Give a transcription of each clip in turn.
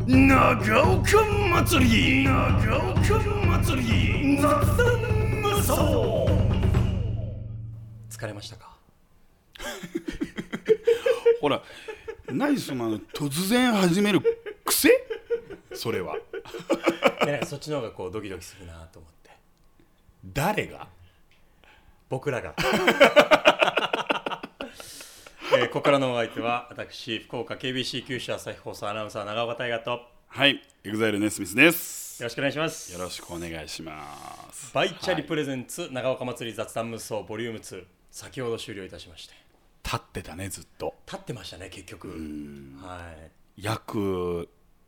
長岡祭り雑談無双。 疲れましたか？ ほら、何その突然始める癖？それはなんかそっちの方がこうドキドキするなと思って。 誰が？ 僕らがここからのお相手は私、福岡 KBC 九州朝日放送アナウンサー長岡大河と、 はい、EXILE ネスミスです。 よろしくお願いします。 よろしくお願いします。 バイチャリプレゼンツ、長岡祭り雑談無双ボリューム2、先ほど終了いたしまして。 立ってたね、ずっと立ってましたね、結局。はい、 約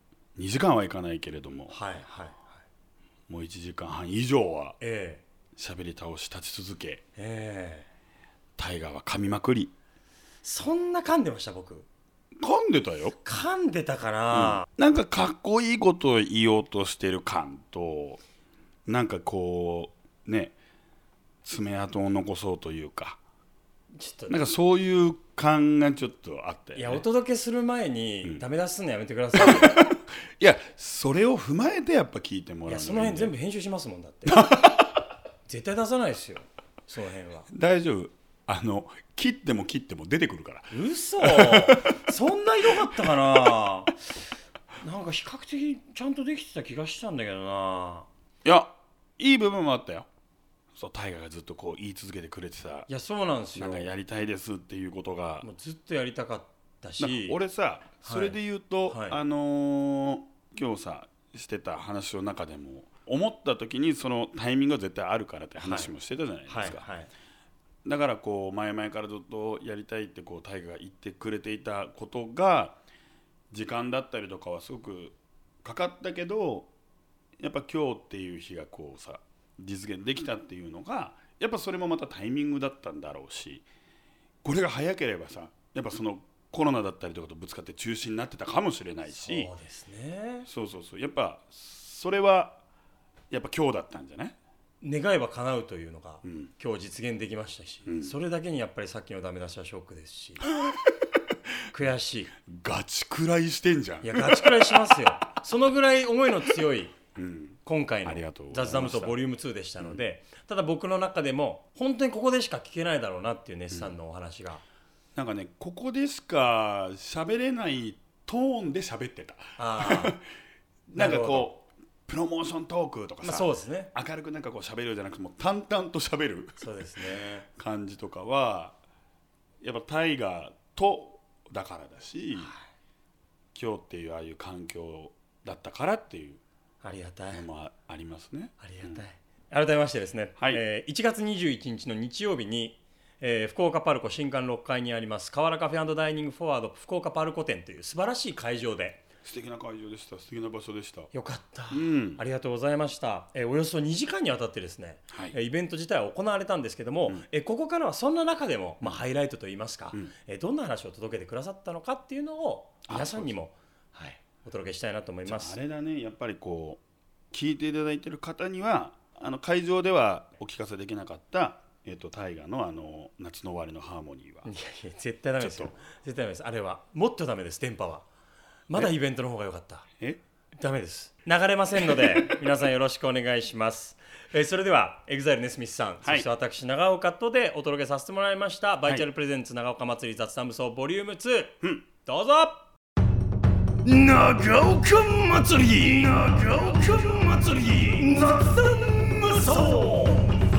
2時間はいかないけれども、 はいはいはい、 もう1時間半以上はえ喋り倒し立ち続け、 タイガーは噛みまくり。 そんな噛んでました僕？ 噛んでたよ。 噛んでたかな、 なんかかっこいいことを言おうとしてる感と、なんかこうね、爪痕を残そうというか、 ちょっとなんかそういう感がちょっとあったよね。 いや、お届けする前にダメ出しすんのやめてください。 いや、それを踏まえてやっぱ聞いてもらうのがいいんだよ。 いや、その辺全部編集しますもんだって絶対出さないですよ、その辺は。 大丈夫、切っても切っても出てくるから。 嘘そんなひどかったかな。なんか比較的ちゃんとできてた気がしたんだけどな。 いや、いい部分もあったよ。そう、タイガーがずっとこう言い続けてくれてさ、 いや、そうなんですよ。 なんかやりたいですっていうことがもうずっとやりたかったし、 俺さ、それで言うと、 はい、 今日さしてた話の中でも思った時にそのタイミングが絶対あるからって話もしてたじゃないですか、 はいはいはい、 だからこう前々からずっとやりたいってこうタイガーが言ってくれていたことが時間だったりとかはすごくかかったけど、やっぱ今日っていう日がこうさ実現できたっていうのがやっぱそれもまたタイミングだったんだろうし、これが早ければさやっぱそのコロナだったりとかとぶつかって中止になってたかもしれないし、 そうですね、 そうやっぱそれはやっぱ今日だったんじゃない？ 願えば叶うというのが、今日実現できましたし、それだけにやっぱりさっきのダメ出しはショックですし悔しい。 ガチくらいしてんじゃん。 いや、ガチくらいしますよそのぐらい思いの強い、今回の雑談とボリューム2でしたので、ただ僕の中でも本当にここでしか聞けないだろうなっていうネスさんのお話が、 なんかね、ここでしか喋れないトーンで喋ってた。なんかこうプロモーショントークとかさ、 そうですね、 明るくなんかこう喋るじゃなくてもう淡々と喋るそうですね感じとかはやっぱタイガーとだからだし、今日っていうああいう環境だったからっていうありがたいのもありますね。 ありがたい、改めましてですね、 はい、 1月21日の日曜日に福岡パルコ新館6階にあります河原カフェ&ダイニングフォワード福岡パルコ店という素晴らしい会場で、 素敵な会場でした。素敵な場所でした。 よかった、ありがとうございました。およそ2時間にわたってですね、イベント自体は行われたんですけども、ここからはそんな中でも、ハイライトといいますか、どんな話を届けてくださったのかっていうのを皆さんにもお届けしたいなと思います。 あれだね、やっぱりこう聞いていただいている方には会場ではお聞かせできなかったタイガーの夏の終わりのハーモニーは、 いや絶対ダメですよ。絶対ダメです。あれはもっとダメです。電波はまだイベントの方が良かった。ダメです。流れませんので皆さんよろしくお願いします。それでは EXILE ネスミスさん、そして私長岡とでお届けさせてもらいましたバイチャルプレゼンツ長岡祭り雑談無双ボリューム2、どうぞ。 長岡祭り雑談無双。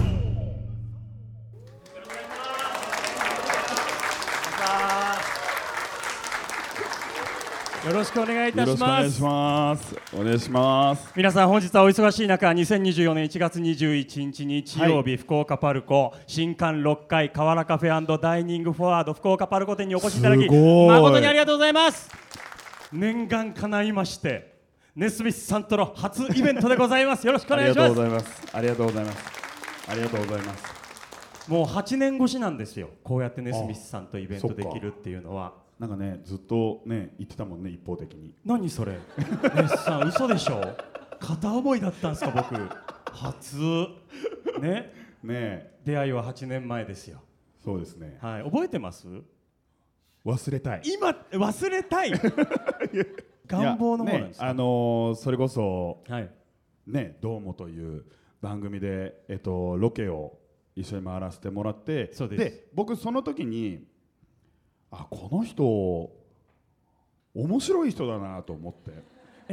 よろしくお願いいたします。 お願いします。 皆さん本日はお忙しい中、2024年1月21日日曜日、福岡パルコ新館6階河原カフェ&ダイニングフォワード福岡パルコ店にお越しいただき誠にありがとうございます。念願叶いましてネスミスさんとの初イベントでございます。よろしくお願いします。 ありがとうございます。ありがとうございます。ありがとうございます。 もう8年越しなんですよ、こうやってネスミスさんとイベントできるっていうのは。 なんかね、ずっとね言ってたもんね、一方的に。 何それネスさん嘘でしょ。片思いだったんですか僕。初ね出会いは8年前ですよ。 そうですね、 はい、覚えてます？ 忘れたい。 今忘れたい願望方の方なんですか。 それこそはいね、どうもという番組で、ロケを一緒に回らせてもらって、 そうです。 僕その時にこの人面白い人だなと思って、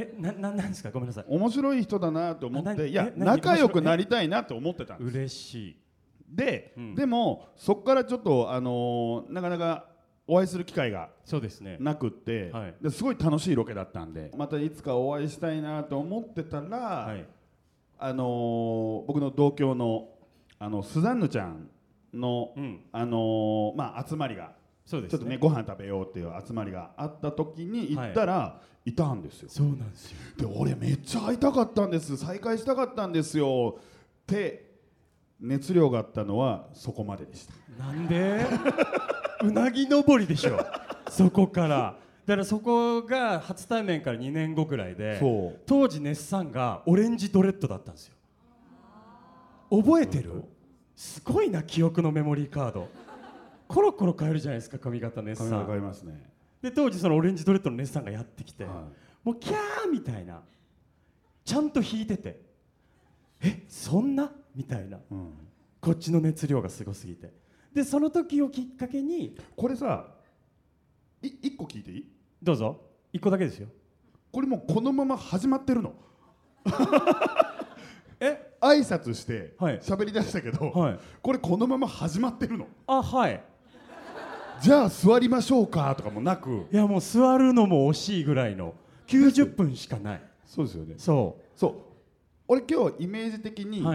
なんですか、ごめんなさい。 面白い人だなと思って、いや何仲良くなりたいなと思ってたんです。 嬉しい。 で、でもそこからちょっとなかなかお会いする機会がそうですね。 なくって、 はい、 ですごい楽しいロケだったんで、またいつかお会いしたいなと思ってたら、 はい、 僕の同郷のスザンヌちゃんの、集まりが、 そうですね、 ちょっとねご飯食べようっていう集まりがあった時に行ったら、いたんですよ。 そうなんですよ。 で俺めっちゃ会いたかったんです、再会したかったんですよって熱量があったのはそこまででした。 なんでうなぎ登りでしょそこからだからそこが初対面から2年後くらいで、当時ネッサンがオレンジドレッドだったんですよ。覚えてる？すごいな、記憶のメモリーカード。コロコロ変えるじゃないですか、髪型ネッサン。 髪型変えますね。 で当時そのオレンジドレッドのネッサンがやってきて、もうキャーみたいな、ちゃんと弾いてて、そんなみたいな、こっちの熱量がすごすぎて、でその時をきっかけに、 これさ1個聞いていい？ どうぞ。1個だけですよ。 これもうこのまま始まってるの挨拶して喋り出したけど、これこのまま始まってるの。 はい。 じゃあ座りましょうかとかもなく、 いやもう座るのも惜しいぐらいの90分しかない。 そうですよね。 そう俺今日イメージ的に、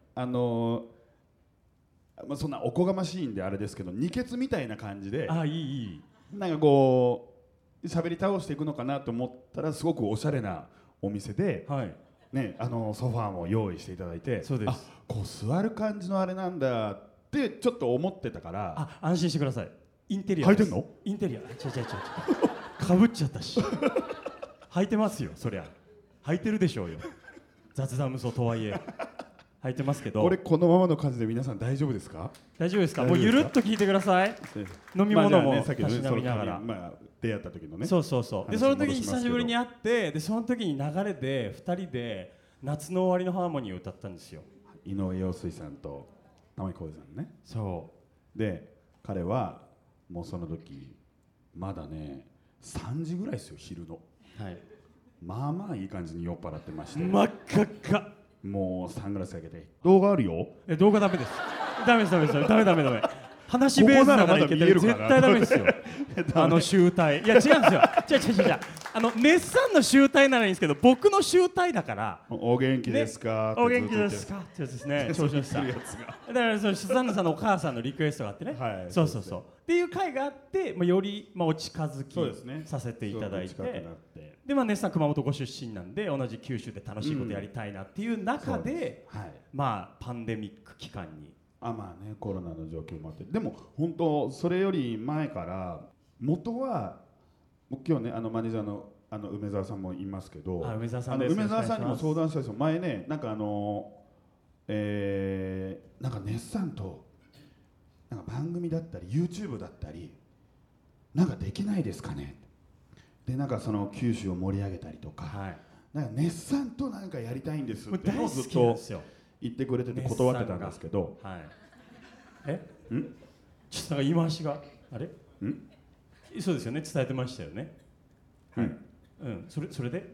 そんなおこがましいんであれですけど、二ケツみたいな感じで、 いいなんかこう喋り倒していくのかなと思ったら、すごくおしゃれなお店で、ね、ソファーも用意していただいて、 そうです。 こう座る感じのあれなんだってちょっと思ってたから。 安心してください。インテリア履いてんの？ インテリア。違うかぶっちゃったし履いてますよ、そりゃ履いてるでしょうよ、雑談無双とはいえ履いてますけど。 これこのままの感じで皆さん大丈夫ですか？ 大丈夫ですか？もうゆるっと聞いてください。飲み物もたしなみながら、 出会った時のね。 そうでその時に久しぶりに会って、でその時に流れで2人で夏の終わりのハーモニーを歌ったんですよ。 井上陽水さんと玉置浩二さんね。 そうで彼はもうその時まだね3時ぐらいですよ、昼の。まあまあいい感じに酔っ払ってまして、 真っ赤っか、 もうサングラスかけて。動画あるよ。 動画ダメです。ダメダメ話ベースならいけてる。絶対ダメですよ集大。いや違うんですよ。違うネッサンの集大ならいいんですけど、僕の集大だから。 お元気ですか？ お元気ですかってやつですね。調子のさ。だからそのスザンヌさんのお母さんのリクエストがあってね。そうっていう回があって、よりお近づきさせていただいて、でネッサン熊本ご出身なんで、同じ九州で楽しいことやりたいなっていう中で、パンデミック期間に。 コロナの状況もあって、でも本当それより前から元は、今日ねマネージャーの梅沢さんもいますけど、梅沢さんにも相談したんですよ。前ね、なんかなんかネッサンとなんか番組だったり YouTube だったりなんかできないですかね。でなんかその九州を盛り上げたりとか、なんかネッサンとなんかやりたいんですってずっと言ってくれてて断ってたんですけど、 ちょっとなんか言い回しがあれ？そうですよね、伝えてましたよね。それで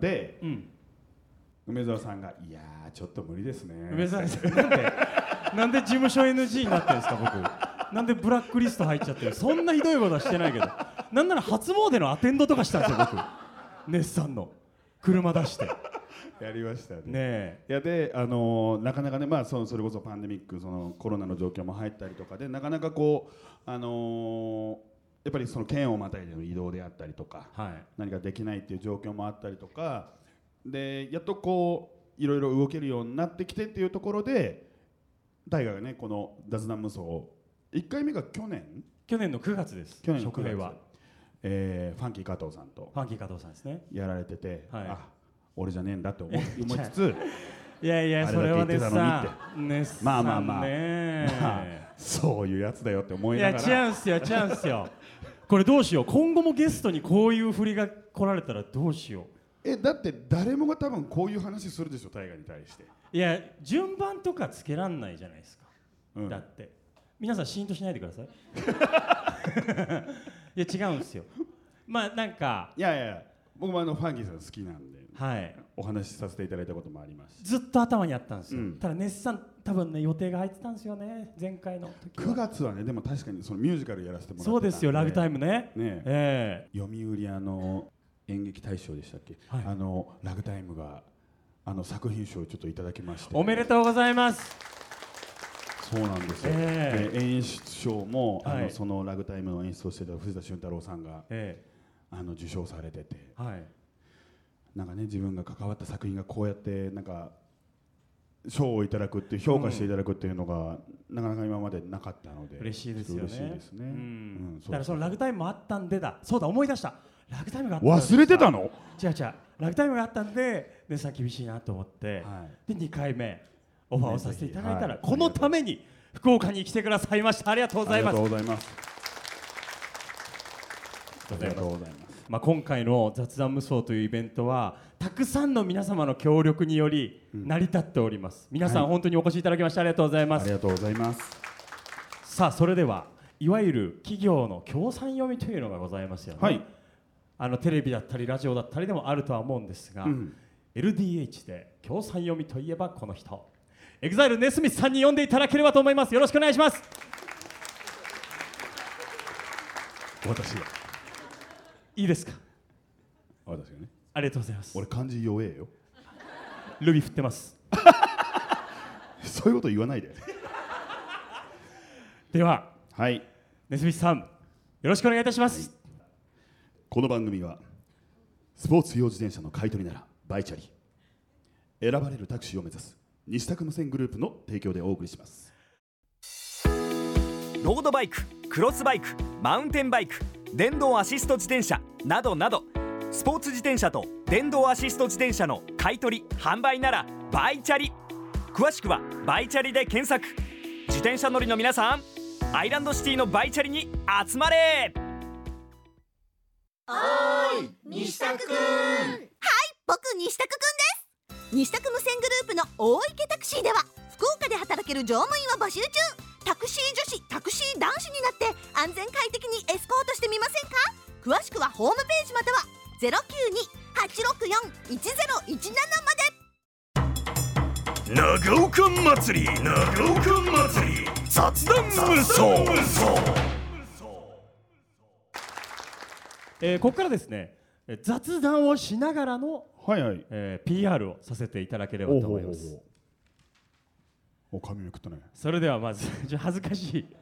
梅沢さんがいやーちょっと無理ですね。 梅沢さんなんで事務所 NG になってるんですか僕。なんでブラックリスト入っちゃってる。そんなひどいことはしてないけど、なんなら初詣のアテンドとかしたんですよ僕。ネッサンの車出してやりましたね。いやでなかなかね、それこそパンデミック、そのコロナの状況も入ったりとかで、なかなかこうやっぱりその県をまたいでの移動であったりとか、何かできないっていう状況もあったりとかで、やっとこういろいろ動けるようになってきてっていうところで、大河がねこの雑談無双1回目が去年の 9月です。 去年の食平はファンキー加藤さんとですね、 やられてて、俺じゃねえんだって思いつついやそれはですさ、 まあそういうやつだよって思いながら。 いや違うんすよこれどうしよう、今後もゲストにこういう振りが来られたらどうしよう。 だって誰もが多分こういう話するでしょ、大河に対して。 いや順番とかつけらんないじゃないですか、 うん、 だって皆さんシーンとしないでくださいいや違うんですよ。まあなんかいや僕もファンキーさん好きなんで、 はい、 お話しさせていただいたこともありますし、 ずっと頭にあったんですよ、 うん、 ただネスさん多分ね予定が入ってたんですよね、前回の時は。 9月はね、でも確かにそのミュージカルやらせてもらってたんで。 そうですよ、ラグタイムね。 読売演劇大賞でしたっけ、はい、ラグタイムが作品賞をちょっといただきまして、 おめでとうございます。 そうなんですよ、演出賞もはい、 そのラグタイムの演出をしていた藤田俊太郎さんが、受賞されてて、はい、なんかね、自分が関わった作品がこうやってなんか賞をいただくっていう、評価していただくっていうのが、なかなか今までなかったので嬉しいですよね。 嬉しいですね。 だからそのラグタイムもあったんでだ、そうだ思い出した、ラグタイムがあったん忘れてたの？ 違うラグタイムがあったんで、ねさん厳しいなと思って、はい、で2回目オファーをさせていただいたら、このために福岡に来てくださいました。ありがとうございます。 ありがとうございます。ありがとうございます。 今回の雑談無双というイベントはたくさんの皆様の協力により成り立っております、皆さん、本当にお越しいただきましてありがとうございます。 ありがとうございます。 さあそれではいわゆる企業の協賛読みというのがございますよね、はい、テレビだったりラジオだったりでもあるとは思うんですが、LDH で協賛読みといえばこの人、EXILE ネスミスさんに読んでいただければと思います。よろしくお願いします。 私がいいですか？ 私がね。 ありがとうございます。 俺漢字弱えよ。 ルビ振ってますそういうこと言わないででは、 はい、 ネスミスさんよろしくお願いいたします、 この番組はスポーツ用自転車の買い取りならバイチャリ、選ばれるタクシーを目指す西宅無線グループの提供でお送りします。 ロードバイク、クロスバイク、マウンテンバイク、電動アシスト自転車などなど、スポーツ自転車と電動アシスト自転車の買い取り販売ならバイチャリ。詳しくはバイチャリで検索。自転車乗りの皆さん、アイランドシティのバイチャリに集まれ。 おーい、西拓くん。はい、僕西拓くんです。西拓無線グループの大池タクシーでは、福岡で働ける乗務員を募集中。タクシー女子、タクシー男子になって安全快適にエスコートしてみませんか？詳しくはホームページまたは 092-864-1017 まで。 長岡祭り、長岡祭り、雑談無双。 ここからですね、雑談をしながらの、PR をさせていただければと思います。 お髪めくったね。 それではまず恥ずかしい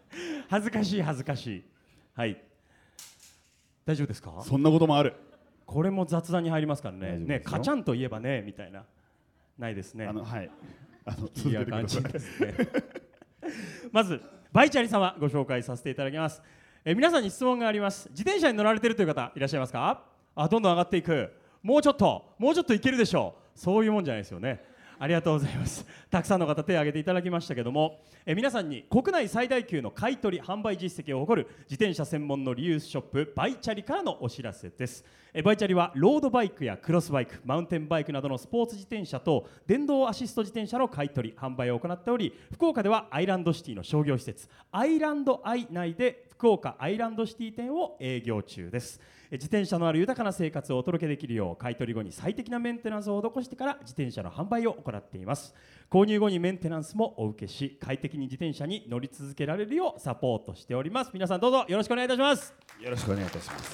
はい、大丈夫ですか？ そんなこともある。 これも雑談に入りますからね。カチャンといえばねみたいな、ないですね。 続けてください。 まずバイチャリ様ご紹介させていただきます。皆さんに質問があります。自転車に乗られているという方いらっしゃいますか？どんどん上がっていく。もうちょっといけるでしょう。そういうもんじゃないですよね。ありがとうございます。たくさんの方手を挙げていただきましたけども、皆さんに国内最大級の買い取り販売実績を誇る自転車専門のリユースショップバイチャリからのお知らせです。バイチャリはロードバイクやクロスバイク、マウンテンバイクなどのスポーツ自転車と電動アシスト自転車の買い取り販売を行っており、福岡ではアイランドシティの商業施設アイランドアイ内で福岡アイランドシティ店を営業中です。自転車のある豊かな生活をお届けできるよう買い取り後に最適なメンテナンスを施してから自転車の販売を行っています。購入後にメンテナンスもお受けし、快適に自転車に乗り続けられるようサポートしております。皆さんどうぞよろしくお願いいたします。 よろしくお願いいたします。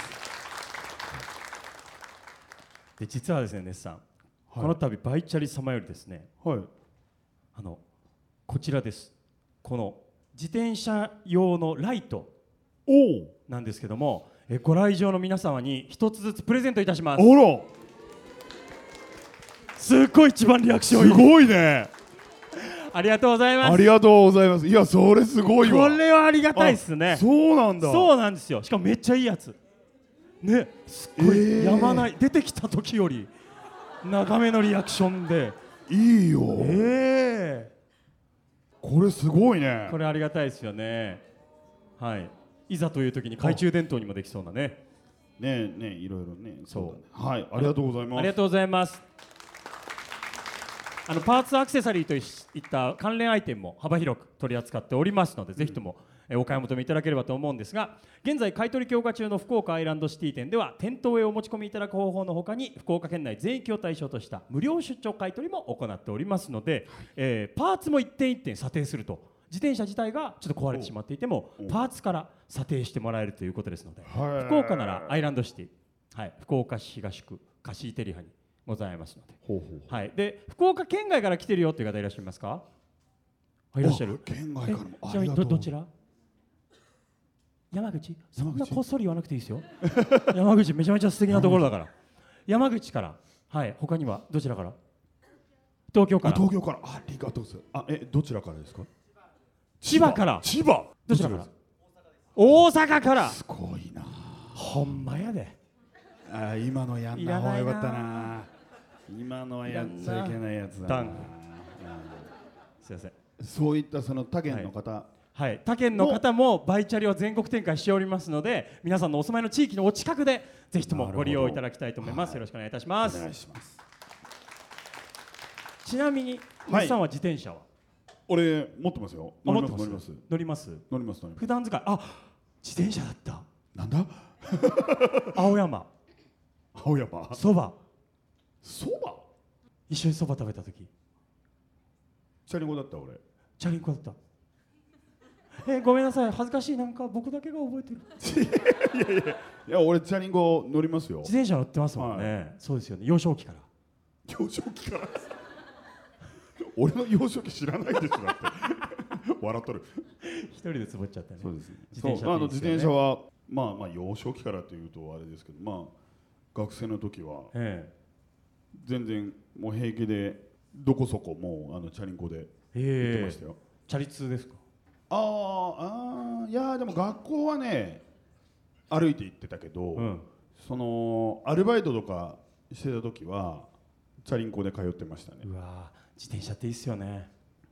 で実はですね、ネスさん、この度バイチャリ様よりですね、こちらです。この自転車用のライトなんですけども、ご来場の皆様に一つずつプレゼントいたします。すっごい一番リアクションいい。 すごいね。 ありがとうございます。 ありがとうございます。いや、それすごいわ。 これはありがたいですね。 そうなんだ。 そうなんですよ。しかもめっちゃいいやつね。すっごいやまない、出てきた時より長めのリアクションでいいよ。これすごいね。 これありがたいですよね。はい。いざという時に懐中電灯にもできそうなね。 ねえいろいろね。 そうだね。はい、ありがとうございます。 ありがとうございます。パーツアクセサリーといった関連アイテムも幅広く取り扱っておりますので、ぜひともお買い求めいただければと思うんですが、現在買取強化中の福岡アイランドシティ店では店頭へお持ち込みいただく方法のほかに、福岡県内全域を対象とした無料出張買取も行っておりますので、パーツも一点一点査定すると、自転車自体がちょっと壊れてしまっていてもパーツから査定してもらえるということですので、福岡ならアイランドシティ、はい、福岡市東区貸井テリハにございますので、はい、で福岡県外から来てるよっていう方いらっしゃいますか？いらっしゃる？ 県外からも。 ちなみにどちら？山口？そんなこっそり言わなくていいですよ。山口めちゃめちゃ素敵なところだから。山口から、はい、他にはどちらから？東京から。 東京から。ありがとうございます。どちらからですか？ 千葉から。 千葉。 どちらから？大阪から。 すごいな。 ほんまやで。 今のやんな方がよかったな。今のはやっちゃいけないやつだな。 すいません。 そういったその他県の方、 はい、他県の方もバイチャリを全国展開しておりますので、皆さんのお住まいの地域のお近くでぜひともご利用いただきたいと思います。よろしくお願いいたします。 お願いします。 ちなみに西さんは自転車は？ 俺持ってますよ。乗ります。 普段使い。自転車だった。 なんだ？ 青山。そば。一緒にそば食べた時。 チャリンコだった俺。 チャリンコだった。ごめんなさい、恥ずかしい、なんか僕だけが覚えてる。 いや俺チャリンコ乗りますよ。 自転車乗ってますもんね。そうですよね。幼少期から。 俺の幼少期知らないでしょだって。笑っとる。 一人でつぼっちゃったね。 そうですね。自転車はまあ幼少期からというとあれですけど、学生の時は全然もう平気でどこそこもうチャリンコで行ってましたよ。 チャリ通ですか？ いやでも学校はね歩いて行ってたけど、そのアルバイトとかしてた時はチャリンコで通ってましたね。 うわ、自転車っていいっすよね。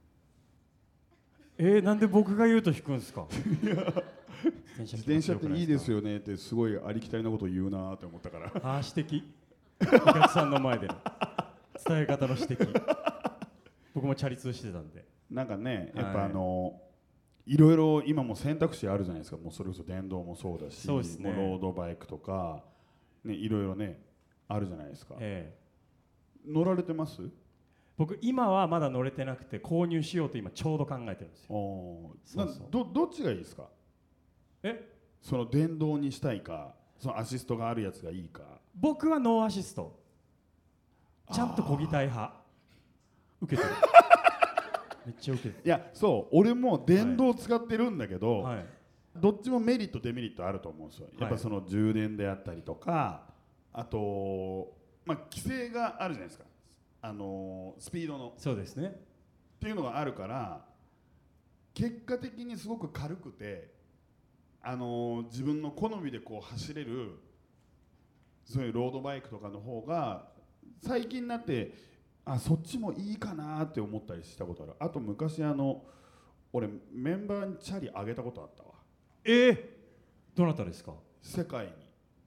なんで僕が言うと引くんですか？ 自転車っていいですよねってすごいありきたりなことを言うなって思ったから。 指摘。お客さんの前での伝え方の指摘。僕もチャリ通してたんで。 なんかね、やっぱいろいろ今も選択肢あるじゃないですか。もうそれこそ電動もそうだし、もうロードバイクとかね、いろいろねあるじゃないですか。乗られてます？ 僕今はまだ乗れてなくて購入しようと今ちょうど考えてるんですよ。 どっちがいいですか？その電動にしたいか、そのアシストがあるやつがいいか。 僕はノーアシスト。ちゃんと漕ぎたい派。受けてる。めっちゃ受けてる。 いやそう俺も電動使ってるんだけど、どっちもメリットデメリットあると思うんですよ。やっぱその充電であったりとか、あと規制があるじゃないですか。スピードの。 そうですね。 っていうのがあるから結果的にすごく軽くて、自分の好みでこう走れるそういうロードバイクとかの方が最近になってそっちもいいかなって思ったりしたことある。あと昔俺メンバーにチャリあげたことあったわ。 どなたですか？ 世界に。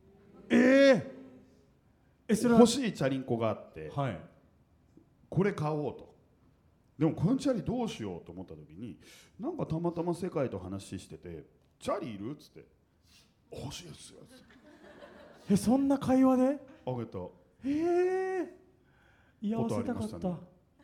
それは欲しいチャリンコがあって、これ買おうと。でもこのチャリどうしようと思った時になんかたまたま世界と話してて、チャリいるっつって、欲しいですよっつって。 そんな会話であげた。 居合わせたかった。 そう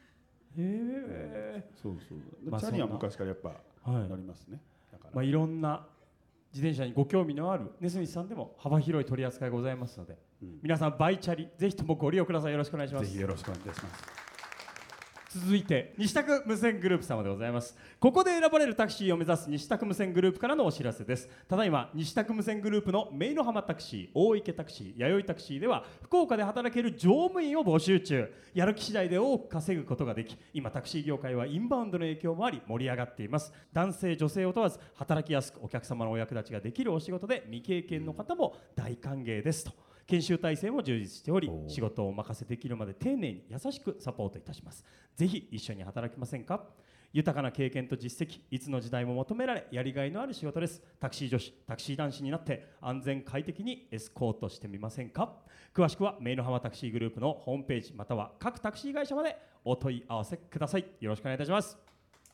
チャリは昔からやっぱ乗りますね。だからいろんな自転車にご興味のあるネスミスさんでも幅広い取り扱いございますので、皆さんバイチャリぜひともご利用ください。よろしくお願いします。 ぜひよろしくお願いいたします。 続いて西宅無線グループ様でございます。ここで選ばれるタクシーを目指す西宅無線グループからのお知らせです。ただいま西宅無線グループの姪浜タクシー、大池タクシー、弥生タクシーでは福岡で働ける乗務員を募集中。やる気次第で多く稼ぐことができ、今タクシー業界はインバウンドの影響もあり盛り上がっています。男性女性を問わず働きやすくお客様のお役立ちができるお仕事で、未経験の方も大歓迎ですと。研修体制も充実しており、仕事をお任せできるまで丁寧に優しくサポートいたします。ぜひ一緒に働きませんか？ 豊かな経験と実績、いつの時代も求められやりがいのある仕事です。タクシー女子、タクシー男子になって安全快適にエスコートしてみませんか。詳しくはメイの浜タクシーグループのホームページまたは各タクシー会社までお問い合わせください。よろしくお願いいたします。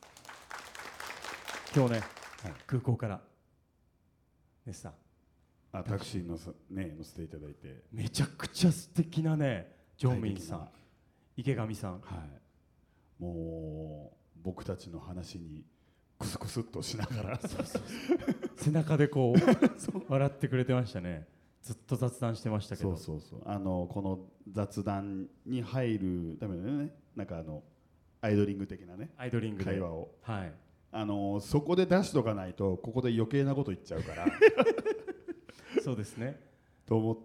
今日ね、空港からネスさんタクシー乗せていただいて、 めちゃくちゃ素敵なね乗務員さん、池上さん、 もう僕たちの話にクスクスっとしながら背中でこう笑ってくれてましたね。ずっと雑談してましたけど、 この雑談に入るためのね、なんかアイドリング的なね、 アイドリングで会話を、 はい、 そこで出しとかないとここで余計なこと言っちゃうからそうですねと思って、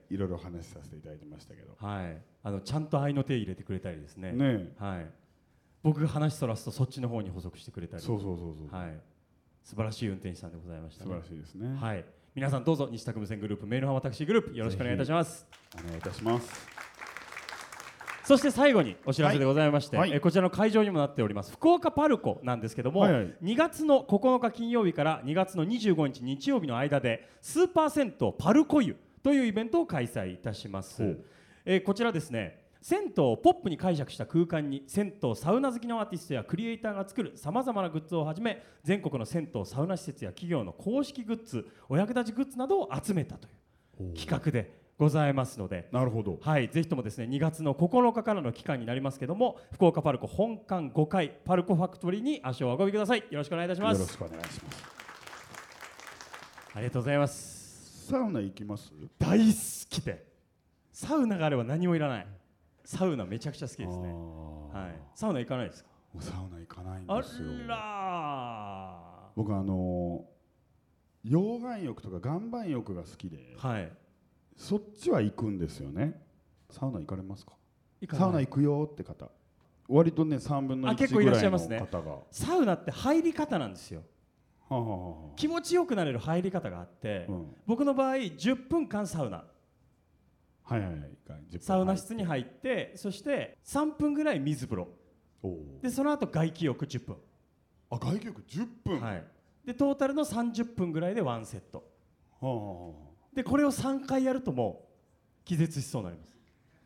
いろいろ話させていただいてましたけど、 はい、ちゃんと合いの手入れてくれたりですね、はい、僕が話そらすとそっちの方に補足してくれたり、はい、素晴らしい運転手さんでございましたね。 素晴らしいですね。 はい、皆さんどうぞ西拓無線グループメイの浜タクシーグループよろしくお願いいたします。 お願いいたします。 そして最後にお知らせでございまして、こちらの会場にもなっております福岡パルコなんですけども、2月の9日金曜日から2月の25日日曜日の間でスーパー銭湯パルコ湯というイベントを開催いたします。こちらですね、銭湯をポップに解釈した空間に銭湯サウナ好きのアーティストやクリエイターが作るさまざまなグッズをはじめ全国の銭湯サウナ施設や企業の公式グッズ、お役立ちグッズなどを集めたという企画でございますので、 なるほど、 はい、ぜひともですね2月の9日からの期間になりますけども福岡パルコ本館5階パルコファクトリーに足をお運びください。よろしくお願いいたします。 よろしくお願いします。 ありがとうございます。 サウナ行きます？ 大好きで、サウナがあれば何もいらない。サウナめちゃくちゃ好きですね。はい、サウナ行かないですか？ サウナ行かないんですよ。 あら、 僕溶岩浴とか岩盤浴が好きで、 はい、 そっちは行くんですよね。サウナ行かれますか？ サウナ行くよって方割とね3分の1ぐらいの方が、 サウナって入り方なんですよ。気持ちよくなれる入り方があって、僕の場合10分間サウナ、サウナ室に入って、そして3分ぐらい水風呂で、その後外気浴10分。 外気浴10分、 はい、でトータルの30分ぐらいでワンセットで、これを3回やるともう気絶しそうになります。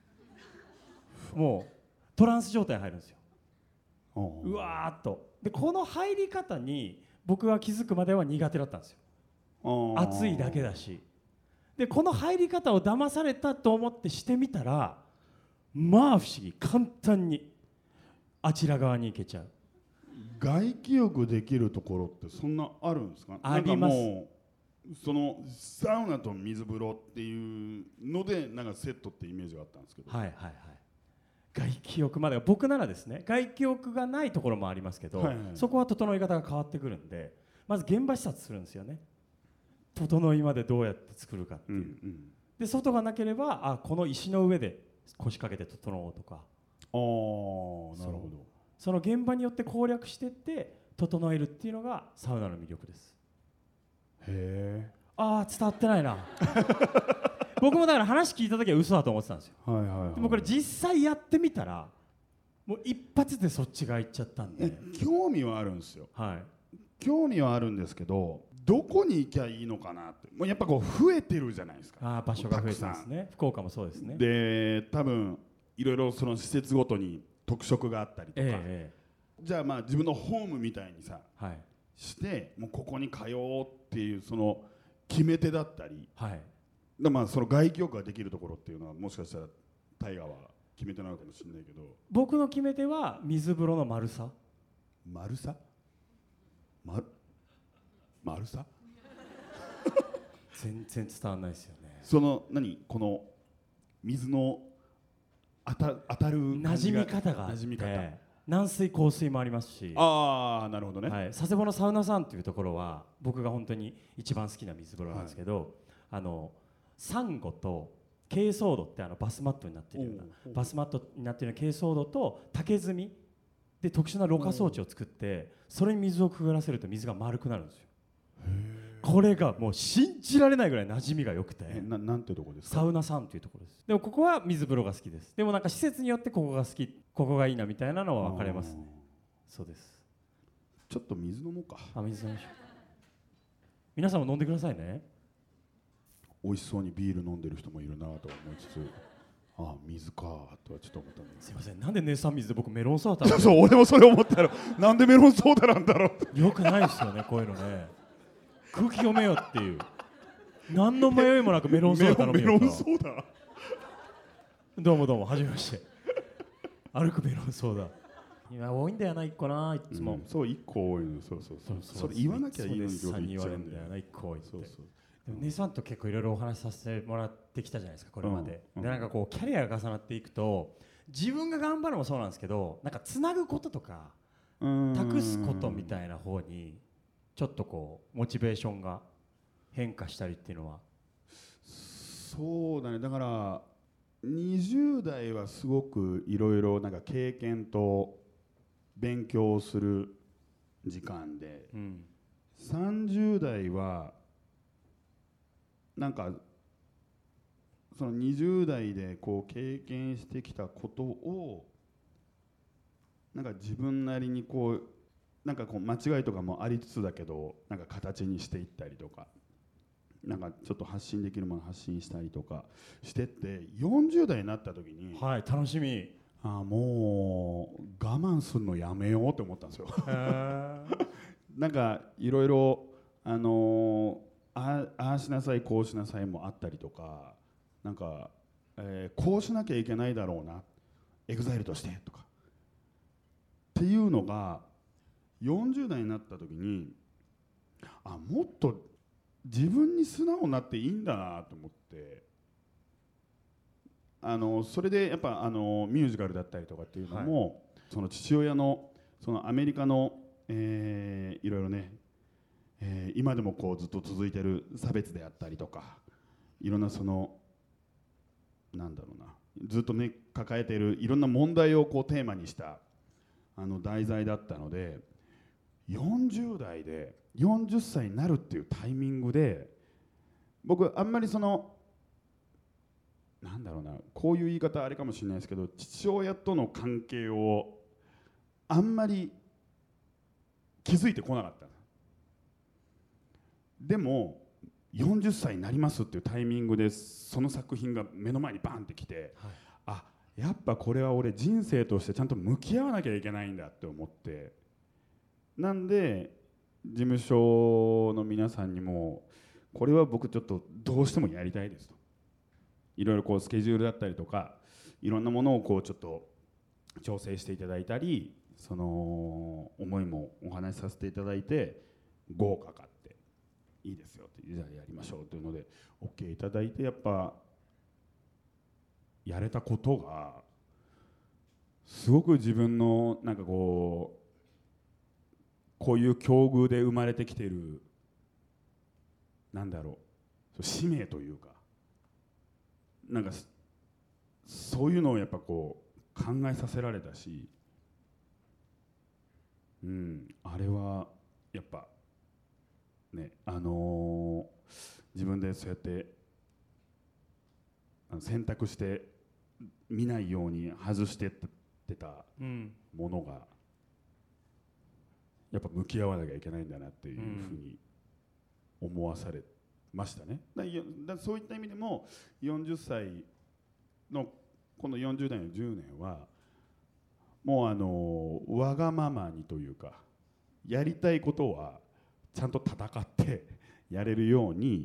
もうトランス状態に入るんですよ。うわーっと。でこの入り方に僕が気づくまでは苦手だったんですよ。暑いだけだし。でこの入り方を騙されたと思ってしてみたら、まあ不思議、簡単にあちら側に行けちゃう。 外気浴できるところってそんなあるんですか？ あります。 なんかもうそのサウナと水風呂っていうのでなんかセットってイメージがあったんですけど、 外気浴までは僕ならですね、外気浴がないところもありますけど、そこは整い方が変わってくるんで、まず現場視察するんですよね。整いまでどうやって作るかっていう、で外がなければこの石の上で腰掛けて整おうとか、 なるほど。 その現場によって攻略していって整えるっていうのがサウナの魅力です。 へえ。 伝わってないな僕もだから話聞いた時は嘘だと思ってたんですよ。でもこれ実際やってみたらもう一発でそっちが行っちゃったんで、 興味はあるんですよ。興味はあるんですけど、どこに行きゃいいのかなって。もうやっぱこう増えてるじゃないですか。 場所が増えてますね。福岡もそうですね。 で多分いろいろその施設ごとに特色があったりとか、じゃあまあ自分のホームみたいにさ、してもうここに通おうっていうその決め手だったり、まあその外気浴ができるところっていうのはもしかしたらタイガーは決め手なのかもしれないけど、 僕の決め手は水風呂の丸さ。 丸さ？丸さ？ 全然伝わらないですよね。 そのこの水の当たる馴染み方があって、軟水硬水もありますし、 なるほどね。 佐世保のサウナさんというところは僕が本当に一番好きな水風呂なんですけど、サンゴと珪藻土ってバスマットになっているようなバスマットになっているような珪藻土と竹炭で特殊なろ過装置を作って、それに水をくぐらせると水が丸くなるんですよ。これがもう信じられないぐらい馴染みが良くて、 なんてとこですか？ サウナさんというところです。でもここは水風呂が好きです。でもなんか施設によってここが好き、ここがいいなみたいなのは分かれますね。 そうです。 ちょっと水飲もうか。 水飲みましょう。皆さんも飲んでくださいね。 美味しそうにビール飲んでる人もいるなと思いつつ、あ、水かとはちょっと思ったんです。 すいません、なんでネサ水で僕メロンソーダそう、俺もそれ思ったらなんでメロンソーダなんだろう。 よくないですよね、こういうのね。空気読めよっていう、何の迷いもなくメロンソーダ頼むよと。 メロンソーダ。 どうもどうも、はじめまして。歩くメロンソーダ今多いんだよな、1個な、いつも、 そう、1個多いの。そうそれ言わなきゃいいのにそう言われるんだよな、1個多いって。でも姉さんと結構いろいろお話しさせてもらってきたじゃないですか、これまで。でなんかこうキャリアが重なっていくと、自分が頑張るのもそうなんですけど、なんかつなぐこととか託すことみたいな方にちょっとこうモチベーションが変化したりっていうのは。 そうだね。だから20代はすごくいろいろなんか経験と勉強する時間で、30代はなんかその20代でこう経験してきたことをなんか自分なりにこうなんかこう間違いとかもありつつだけどなんか形にしていったりとか、なんかちょっと発信できるもの発信したりとかしてって、40代になった時に、 はい、楽しみ。 もう我慢するのやめようって思ったんですよ。なんかいろいろああしなさいこうしなさいもあったりとか、なんか、こうしなきゃいけないだろうな、EXILEとしてとかっていうのが40代になった時に、もっと自分に素直になっていいんだなと思って、それでやっぱミュージカルだったりとかっていうのも、その父親のそのアメリカの、いろいろね、今でもこうずっと続いてる差別であったりとか、いろんなそのなんだろうな、ずっとね抱えているいろんな問題をこうテーマにした題材だったので、40代で40歳になるっていうタイミングで、僕あんまりそのなんだろうな、こういう言い方あれかもしれないですけど、父親との関係をあんまり気づいてこなかった。でも40歳になりますっていうタイミングでその作品が目の前にバンってきて、やっぱこれは俺人生としてちゃんと向き合わなきゃいけないんだって思って、なんで事務所の皆さんにもこれは僕ちょっとどうしてもやりたいですと、いろいろこうスケジュールだったりとかいろんなものをこうちょっと調整していただいたり、その思いもお話しさせていただいて、豪華かっていいですよって、じゃあやりましょうというので OK いただいて、やっぱやれたことがすごく自分のなんかこういう境遇で生まれてきている、なんだろう、使命というか、なんかそういうのをやっぱこう考えさせられたし、あれはやっぱね、自分でそうやって選択して見ないように外してってたものが、やっぱ向き合わなきゃいけないんだなっていうふうに思わされましたね。そういった意味でも40歳のこの40代の10年はもうわがままにというか、やりたいことはちゃんと戦ってやれるように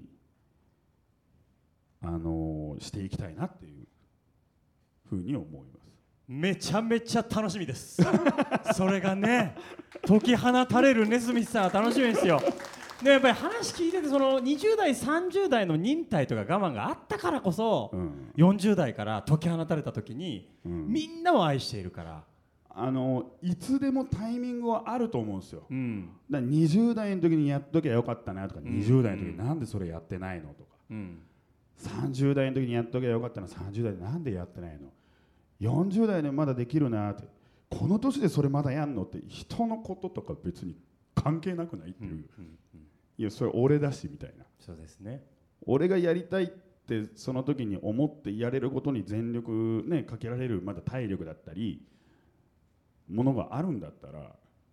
していきたいなっていうふうに思います。 めちゃめちゃ楽しみですそれがね、解き放たれるネスミスさんは楽しみですよ。でやっぱり話聞いてて、その20代30代の忍耐とか我慢があったからこそ、40代から解き放たれた時に、みんなを愛しているから、 いつでもタイミングはあると思うんですよ。だから20代の時にやっときゃよかったなとか、20代の時になんでそれやってないのとか、30代の時にやっときゃよかったな、30代でなんでやってないの、40代でまだできるなって、この年でそれまだやんのって、人のこととか別に関係なくないっていう、いやそれ俺だしみたいな。 そうですね、 俺がやりたいってその時に思ってやれることに全力ねかけられるまだ体力だったりものがあるんだったら、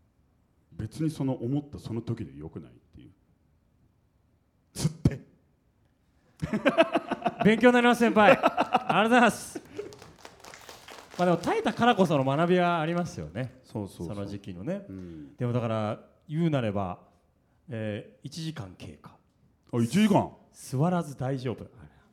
別にその思ったその時でよくないっていう。つって勉強になります先輩ありがとうございます。まあでも耐えたからこその学びはありますよね。 そうその時期のね、 うん、 でもだから言うなれば、1時間経過。 あ、1時間座らず大丈夫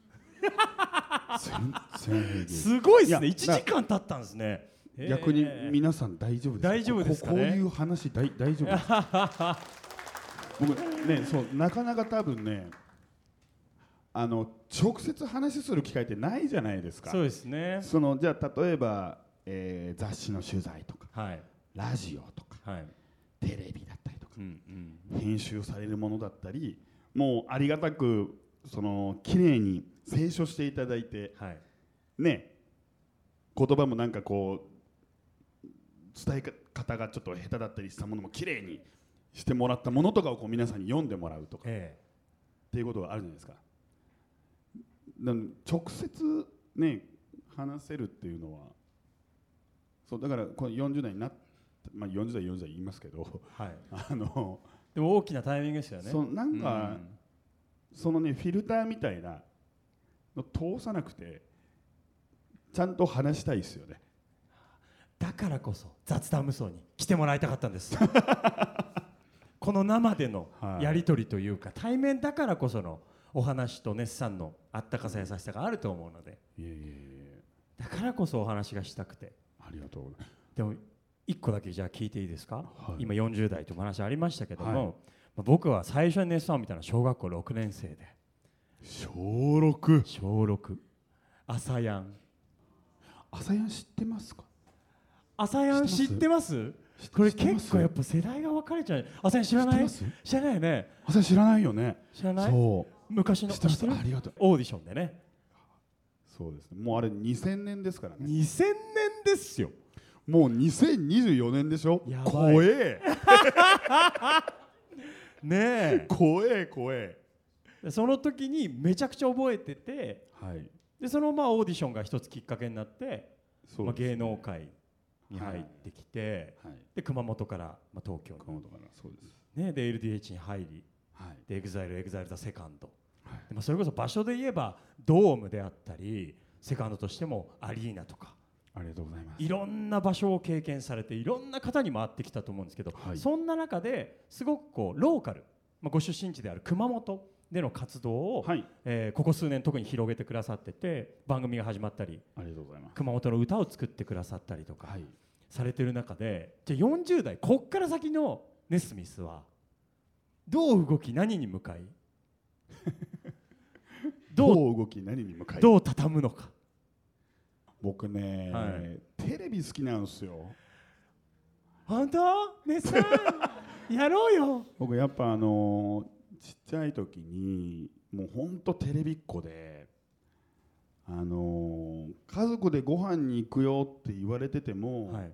すごいですね。1時間経ったんですね。 逆に皆さん大丈夫ですか？ 大丈夫ですかね。 こういう話大丈夫ですか？僕ね、そうなかなか多分ね、直接話する機会ってないじゃないですか。 そうですね。 じゃあ例えば、雑誌の取材とか、 はい、 ラジオとか、はい、テレビだったりとか、編集されるものだったり、もうありがたく綺麗に清書していただいて、はい、ね、言葉もなんかこう伝え方がちょっと下手だったりしたものも綺麗にしてもらったものとかをこう皆さんに読んでもらうとか、っていうことがあるじゃないですか。直接ね話せるっていうのは、そうだからこの40代になって、まあ、40代言いますけど、はい、 でも大きなタイミングですよね。 なんか、そのねフィルターみたいなの通さなくてちゃんと話したいですよね。 だからこそ雑談無双に来てもらいたかったんですこの生でのやり取りというか、対面だからこそのお話と熱さんのあったかさ優しさがあると思うので、だからこそお話がしたくて。 ありがとうございます。 でも1個だけじゃあ聞いていいですか？はい、今40代という話ありましたけども、はい、僕は最初に熱さんを見たのは小学校6年生で。 小 6？ 朝やん知ってますか？ 朝やん知ってます？これ結構やっぱ世代が分かれちゃう。朝やん知らない？知らないよね。 朝やん知らないよね。 知らない？ そう昔の知ってる？ありがとう。 オーディションでね。 そうですね。もうあれ2000年ですからね。 2000年ですよ。 もう2024年でしょ。 やばい。 怖えねえ。 怖え。 その時にめちゃくちゃ覚えてて、はい、でそのオーディションが一つきっかけになって、芸能界に入ってきて、はい、で熊本から、東京に、 そうですね、で LDH に入り、はい、で EXILE THE SECOND、はい、それこそ場所で言えばドームであったり、セカンドとしてもアリーナとか、 ありがとうございます。 いろんな場所を経験されていろんな方に回ってきたと思うんですけど、はい、そんな中ですごくこうローカル、ご出身地である熊本での活動を、はい、ここ数年特に広げてくださってて、番組が始まったり、 ありがとうございます。 熊本の歌を作ってくださったりとか、はい、されてる中で、じゃあ40代こっから先のネスミスはどう動き何に向かいどう動き何に向かいどう畳むのか。 僕ね、はい、テレビ好きなんですよ。 本当？ネスさんやろうよ。 僕やっぱちっちゃい時にもうほんとテレビっ子で、家族でご飯に行くよって言われてても、はい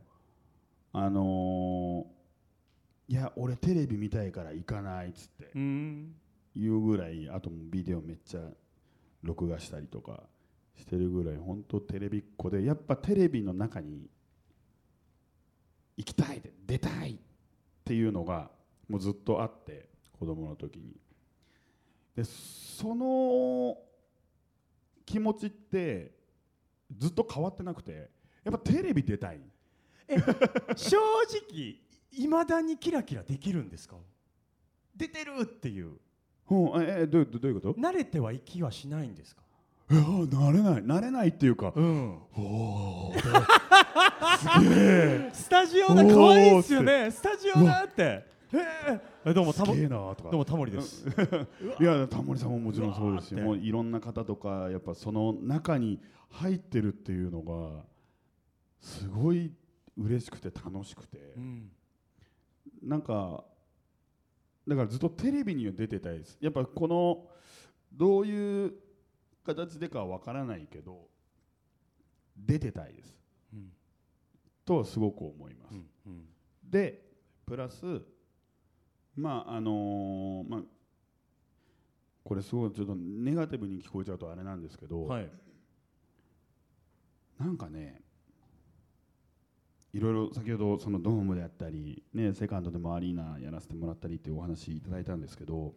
、いや俺テレビ見たいから行かないっつって言うぐらい、あともビデオめっちゃ録画したりとかしてるぐらい本当テレビっ子で、やっぱテレビの中に行きたいで出たいっていうのがもうずっとあって、子供の時に。でその気持ちってずっと変わってなくて、やっぱテレビ出たい。 正直いまだにキラキラできるんですか？出てるっていう、 どういうこと？ 慣れてはいきはしないんですか？ 慣れないっていうか、 おすげえスタジオだ、可愛いですよね、スタジオだって。どうもタモリです。 いやタモリさんももちろんそうですし、もういろんな方とかやっぱその中に入ってるっていうのがすごい嬉しくて楽しくて、なんかだからずっとテレビには出てたいです。やっぱこのどういう形でかは分からないけど出てたいです、とはすごく思います。でプラスこれすごいちょっとネガティブに聞こえちゃうとあれなんですけど、はい、なんかねいろいろ先ほどそのドームであったり、ね、セカンドでもアリーナやらせてもらったりっていうお話いただいたんですけど、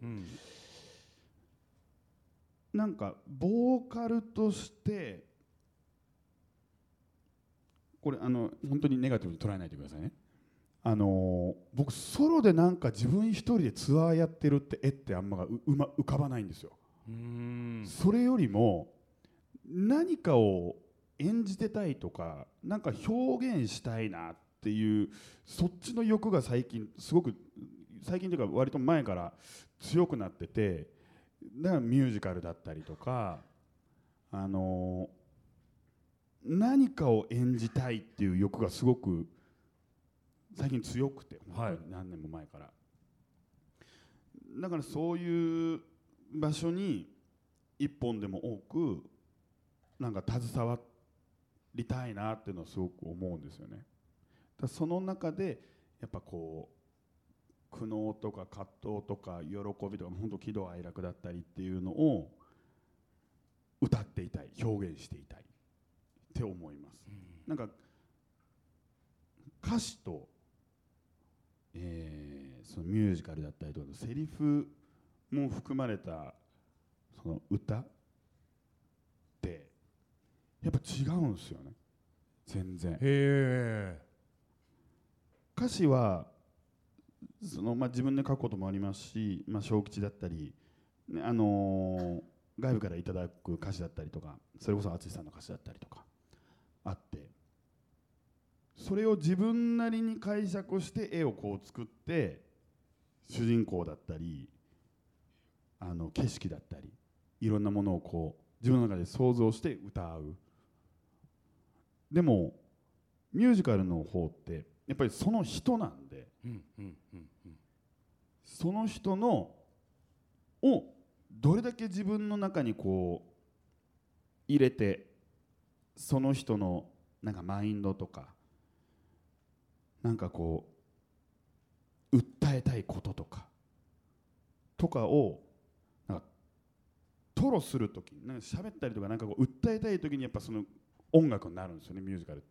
なんかボーカルとしてこれ本当にネガティブに捉えないでくださいね。僕ソロでなんか自分一人でツアーやってるって絵ってあんまが浮かばないんですよ。それよりも何かを演じてたいとかなんか表現したいなっていうそっちの欲が最近すごく最近というか割と前から強くなってて、だからミュージカルだったりとか何かを演じたいっていう欲がすごく最近強くて、何年も前から、だからそういう場所に一本でも多くなんか携わりたいなっていうのはすごく思うんですよね。だその中でやっぱこう苦悩とか葛藤とか喜びとか本当喜怒哀楽だったりっていうのを歌っていたい、表現していたいって思います。なんか歌詞とそのミュージカルだったりとかのセリフも含まれたその歌ってやっぱ違うんですよね、全然。歌詞はその、自分で書くこともありますし、小吉だったり、ね、外部からいただく歌詞だったりとか、それこそ淳さんの歌詞だったりとかあって、それを自分なりに解釈して絵をこう作って主人公だったり景色だったりいろんなものをこう自分の中で想像して歌う。でもミュージカルの方ってやっぱりその人なんで、その人のをどれだけ自分の中にこう入れて、その人のなんかマインドとかなんかこう訴えたいこととかをなんか吐露するとき、なんか喋ったりとかなんかこう訴えたいときにやっぱその音楽になるんですよね、ミュージカルって。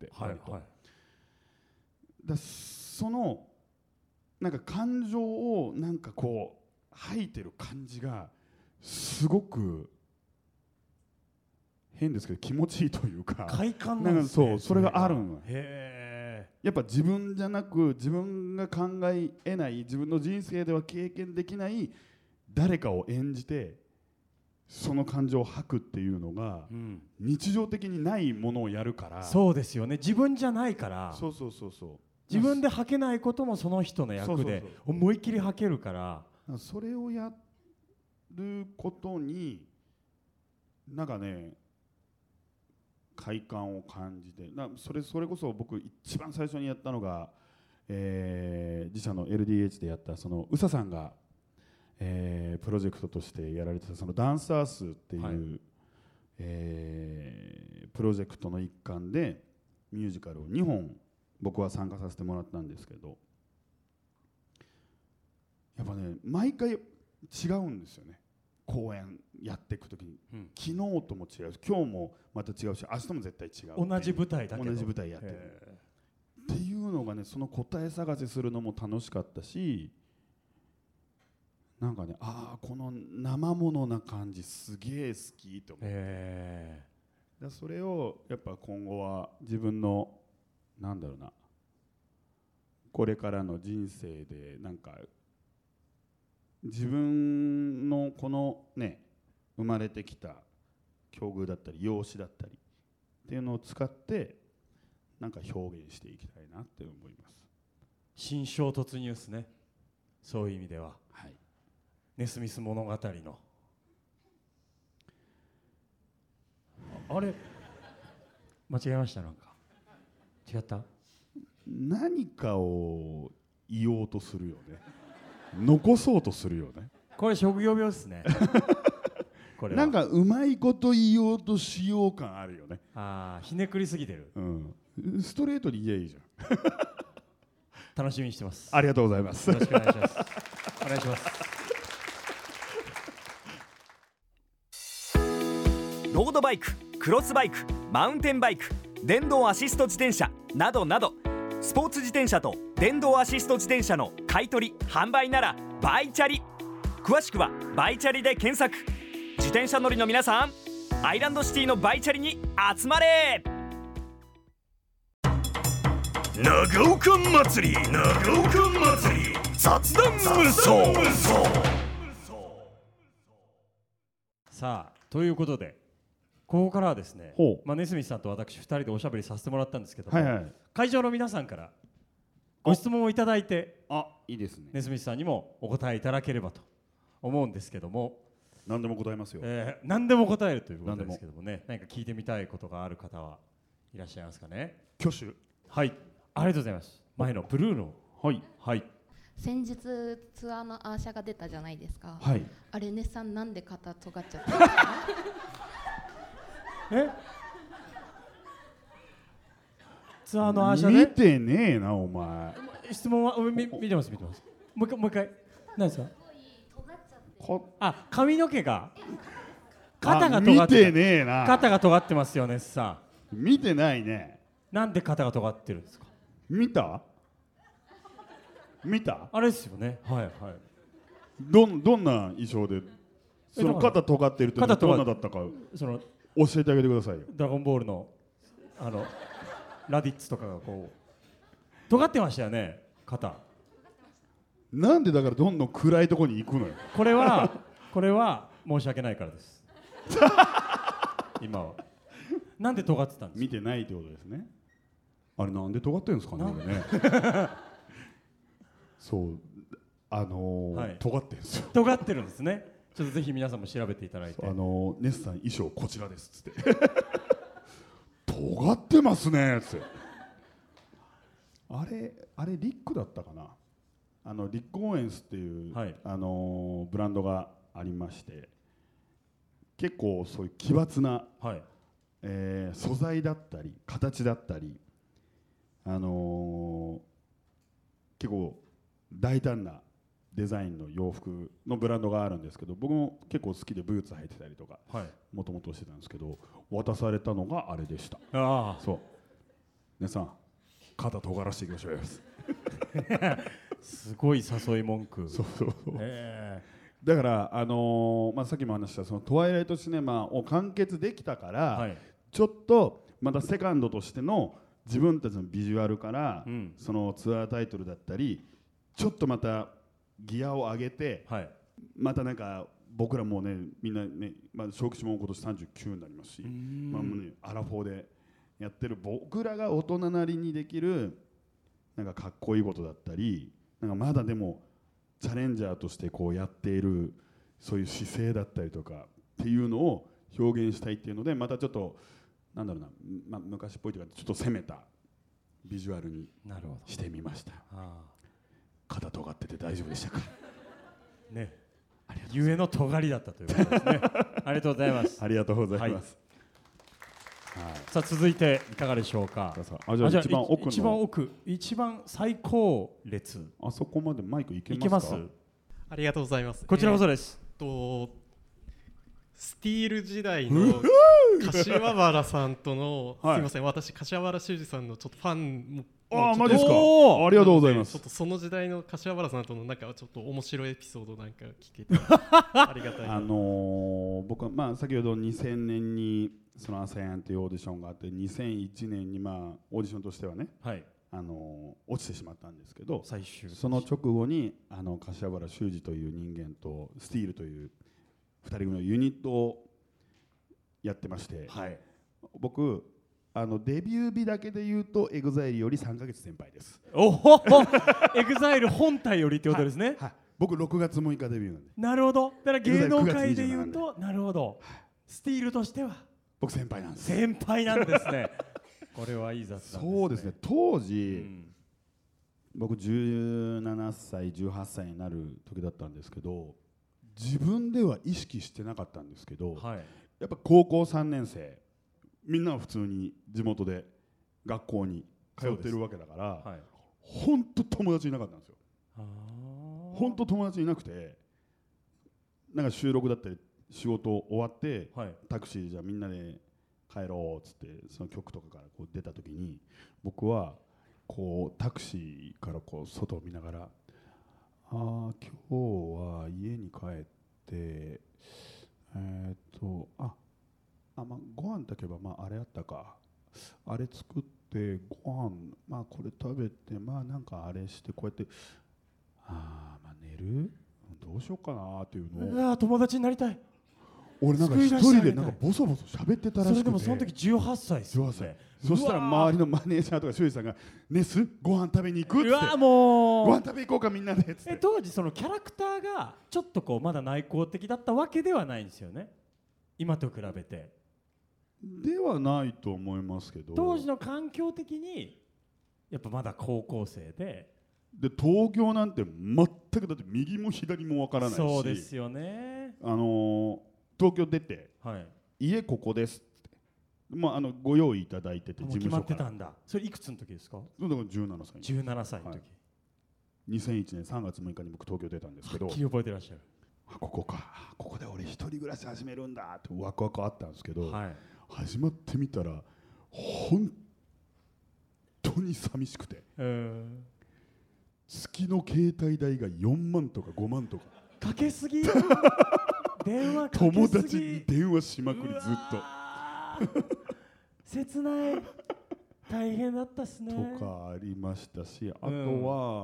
だそのなんか感情をなんかこう吐いてる感じがすごく変ですけど気持ちいいというか、 快感なんですね。 そう、それがあるの。やっぱ自分じゃなく自分が考え得ない、自分の人生では経験できない誰かを演じてその感情を吐くっていうのが、日常的にないものをやるから。 そうですよね、自分じゃないから。 そう自分で吐けないこともその人の役で思いっきり吐けるから、 それをやることになんかね快感を感じて、それこそ僕一番最初にやったのが、自社の LDH でやったその宇佐さんが、プロジェクトとしてやられてたそのダンサースっていう、プロジェクトの一環でミュージカルを2本僕は参加させてもらったんですけど、やっぱね毎回違うんですよね。公演やっていくときに、昨日とも違うし今日もまた違うし明日も絶対違う。 同じ舞台だけど同じ舞台やってるっていうのがね、その答え探しするのも楽しかったし、なんかねこの生ものな感じすげえ好きと思って、それをやっぱ今後は自分のなんだろうな、これからの人生でなんか自分のこのね生まれてきた境遇だったり容姿だったりっていうのを使ってなんか表現していきたいなって思います。 新章突入ですね、そういう意味では。ネスミス物語のあれ間違えました。なんか違った。 何かを言おうとするよね残そうとするよね。 これ職業病ですねこれなんかうまいこと言おうとしよう感あるよね。 ひねくりすぎてる。 ストレートに言えばいいじゃん楽しみにしてます。 ありがとうございます。 よろしくお願いしますお願いします。 ロードバイク、クロスバイク、マウンテンバイク、電動アシスト自転車などなどスポーツ自転車と電動アシスト自転車の買い取り販売ならバイチャリ。詳しくはバイチャリで検索。自転車乗りの皆さん、アイランドシティのバイチャリに集まれ。 長岡祭り雑談無双。 さあということでここからはですねほう、 ネスミスさんと私2人でおしゃべりさせてもらったんですけども、 はいはい。 会場の皆さんからご質問をいただいてあ、いいですね。 ネスミスさんにもお答えいただければと思うんですけども、 何でも答えますよ。 何でも答えるということですけどもね、何か聞いてみたいことがある方はいらっしゃいますかね。 挙手。 はい、ありがとうございます。前のブルーのはいはい先日ツアーのアーシャが出たじゃないですか。 はい。 あれネさんなんで肩尖っちゃったんですか？ ツアーのアーシャ見でてねえなお前。 質問は見てます。もう一回何ですか。髪の毛が肩が尖見っててねえな。 肩が尖ってますよね。さあ見てないね。 なんで肩が尖ってるんですか。 見たあれですよね。はいはい。 どんな衣装でその肩尖ってるっていうのはどんなだったかその教えてあげてくださいよ。 ドラゴンボールのラディッツとかがこう尖ってましたよね。肩。 なんでだからどんどん暗いところに行くのよ。 これは申し訳ないからです今は。なんで尖ってたんですか。 見てないってことですね。あれなんで尖ってるんですかね。あれねそうはい尖ってるんですよ。 尖ってるんですね。ちょっとぜひ皆さんも調べていただいて。 ネスさん衣装こちらですっつって尖ってますねっつって。あれリックだったかな。リック・オーエンスっていう、 はいブランドがありまして、結構そういう奇抜な、 はい素材だったり形だったり、結構大胆なデザインの洋服のブランドがあるんですけど、僕も結構好きでブーツ履いてたりとかはい。 もともとしてたんですけど、渡されたのがあれでした。 あそう、皆さん肩尖らしていきましょうよあすごい誘い文句。 そうそうそう。 えだからさっきも話したそのトワイライトシネマを完結できたから、 はいちょっとまたセカンドとしての自分たちのビジュアルから、 うんそのツアータイトルだったりちょっとまたギアを上げて、 はい。 またなんか僕らもねみんなね、小吉も今年39になりますし、もうね、アラフォーでやってる僕らが大人なりにできるなんかかっこいいことだったり、なんかまだでもチャレンジャーとしてこうやっているそういう姿勢だったりとかっていうのを表現したいっていうので、またちょっとなんだろうな、昔っぽいというかちょっと攻めたビジュアルになるほど。 してみました。 あ肩尖ってて大丈夫でしたか？ あね。ゆえの尖りだったということですね。ありがとうございます。 ありがとうございます。はい。 さあ続いていかがでしょうか。 じゃあ一番奥の一番奥、一番最高列あそこまでマイクいけいますか？ けます。 ありがとうございます。 こちらこそです。 スティール時代の柏原さんとの、 はいすみません、私柏原修二さんのちょっとファンもああ、マジですか？ おありがとうございますちょっ。とその時代の柏原さんとのなんかちょっと面白いエピソードなんか聞けてありがたいな。 僕は先ほど2000年にそのアサヤンというオーディションがあって、2001年にオーディションとしてはね、 はい。 落ちてしまったんですけど、 最終。 その直後に柏原修二という人間とスティールという2人組のユニットをやってまして、 はい。 僕デビュー日だけで言うとエグザイルより3ヶ月先輩です。 おほほ。エグザイル本体よりってことですね。 はい、僕6月6日デビューなんで。 なるほど。だから芸能界で言う 9月27 と、なるほど。スティールとしては僕先輩なんです。 先輩なんですね。これはいい雑談ですね。 そうですね。当う時、 ん。 僕17歳18歳になる時だったんですけど、自分では意識してなかったんですけど、 はい。 やっぱ高校3年生みんなは普通に地元で学校に通ってるわけだから、 はい。 本当友達いなかったんですよ。 あ本当友達いなくて、なんか収録だったり仕事終わってはい。 タクシーじゃあみんなで帰ろうっつってその曲とかからこう出た時に、僕はこうタクシーからこう外を見ながら、今日は家に帰ってまあ、ご飯炊けば、まあ、あれあったか、あれ作ってご飯、まあ、これ食べて、まあなんかあれしてこうやって、まあ寝る、どうしようかなっていうのを、 うわ友達になりたい。 俺なんか一人でなんかボソボソ喋ってたらしくて。 それでもその時18歳ですよね。 18歳。そしたら周りのマネージャーとか修二さんが「ネスご飯食べに行く?」っつってうわもうご飯食べ行こうかみんなでっつって。 当時そのキャラクターがちょっとこうまだ内向的だったわけではないんですよね、今と比べて。 ではないと思いますけど、 当時の環境的にやっぱまだ高校生で東京なんて全くだって右も左もわからないし、 そうですよね、 東京出て、 はい、 家ここですって、まあ、ご用意いただいてて、 もう決事務所から。 まってたんだ。それいくつの時ですか？ だから17歳。 17歳の時、 はい、2001年3月6日に僕東京出たんですけど、 はっきり覚えてらっしゃる。 ここか、ここで俺一人暮らし始めるんだってワクワクあったんですけど、 はい、 始まってみたら本当に寂しくて、月の携帯代が4万とか5万とかかけすぎ電話かけすぎ、 友達に電話しまくりずっと切ない大変だったっすねとかありましたし、あとは、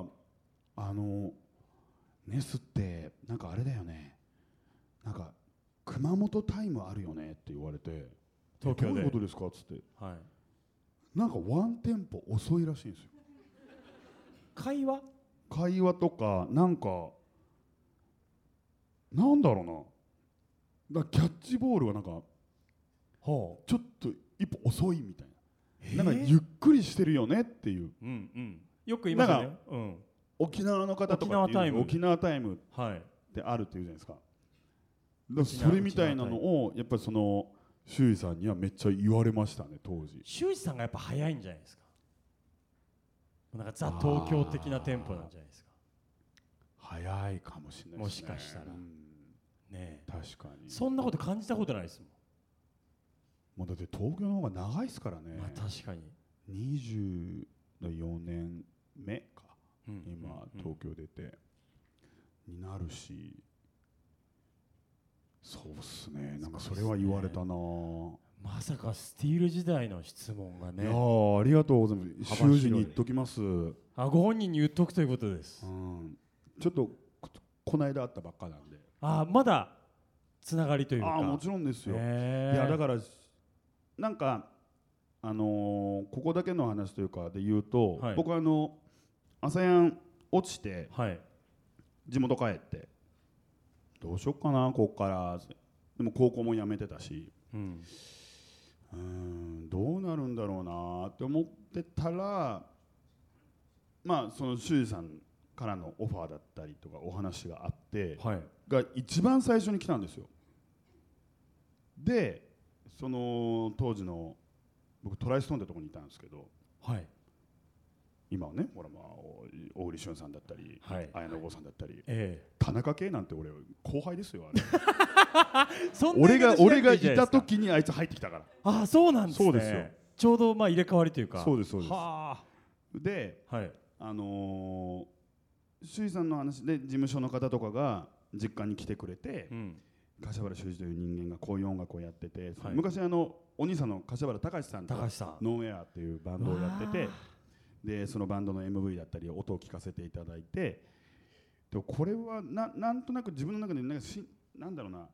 ネスってなんかあれだよね、なんか熊本タイムあるよねって言われて、 東京でどういうことですかっつって、 はい、 なんかワンテンポ遅いらしいんですよ。 会話とかなんかなんだろうな、だキャッチボールがなんかちょっと一歩遅いみたいな、なんかゆっくりしてるよねっていう、 よく言いますよね。 沖縄の方とかっていう沖縄タイムってあるっていうじゃないですか。だからそれみたいなのをやっぱりその修二さんにはめっちゃ言われましたね当時。 修二さんがやっぱ早いんじゃないですか。なんかザ東京的なテンポなんじゃないですか。 早いかもしれないですね。 もしかしたら、ね、 確かにそんなこと感じたことないですもん。 もうだって東京の方が長いですからね。 確かに 24年目か、今東京出てになるし、そうっすね、なんかそれは言われたな。 まさかスティール時代の質問がね。 いやありがとうございます。修二に言っときます。 ご本人に言っとくということです。 ちょっとこの間会ったばっかなんで。 まだつながりというか。 もちろんですよ。いやだからなんかここだけの話というかで言うと、僕朝やん落ちて、地元帰ってどうしよっかなここから。でも高校も辞めてたし、どうなるんだろうなって思ってたら、まあその修二さんからのオファーだったりとかお話があって、が一番最初に来たんですよ。でその当時の僕トライストーンってとこにいたんですけど、今はね、ほらまあ大栗旬さんだったり、綾野剛さんだったり、田中圭なんて俺後輩ですよあれ。俺がいた時にあいつ入ってきたから。 そうなんですね。 そうですよ。 ちょうどまあ入れ替わりというか。 そうですそうです。で、修二さんの話で事務所の方とかが実家に来てくれて、柏原修二という人間がこういう音楽をやってて、昔お兄さんの柏原隆さんとノンエアっていうバンドをやってて、でそのバンドの MV だったり音を聞かせていただいて、でこれはなんとなく自分の中でなんだろうな、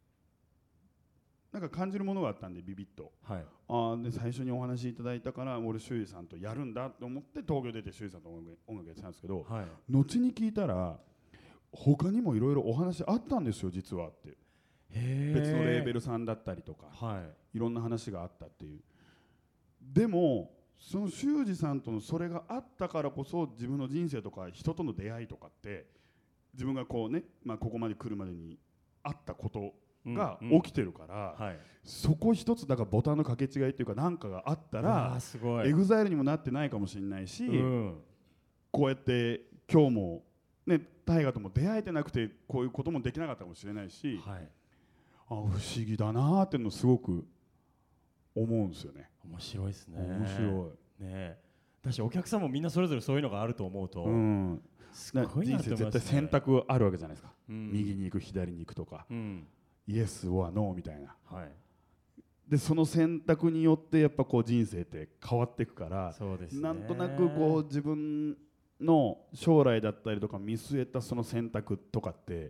なんか感じるものがあったんでビビッと、で最初にお話いただいたから俺修二さんとやるんだと思って東京出て修二さんと音楽やってたんですけど、後に聞いたら他にもいろいろお話あったんですよ実はって。別のレーベルさんだったりとか、いろんな話があったっていう。でもその修二さんとのそれがあったからこそ自分の人生とか人との出会いとかって自分がこうね、ここまで来るまでにあったことが起きてるから、そこ一つだからボタンの掛け違いっていうか何かがあったらEXILEにもなってないかもしれないし、こうやって今日もね大河とも出会えてなくてこういうこともできなかったかもしれないし、不思議だなーっていうのをすごく思うんですよね。 面白いですね。 面白い。 ね、 私お客さんもみんなそれぞれそういうのがあると思うと、すごいなって思いますね。 人生絶対選択あるわけじゃないですか、 うん右に行く左に行くとか、 うん、 イエスはノーみたいな。 はい、 でその選択によってやっぱこう人生って変わっていくから、 そうですね、 なんとなくこう自分の将来だったりとか見据えたその選択とかって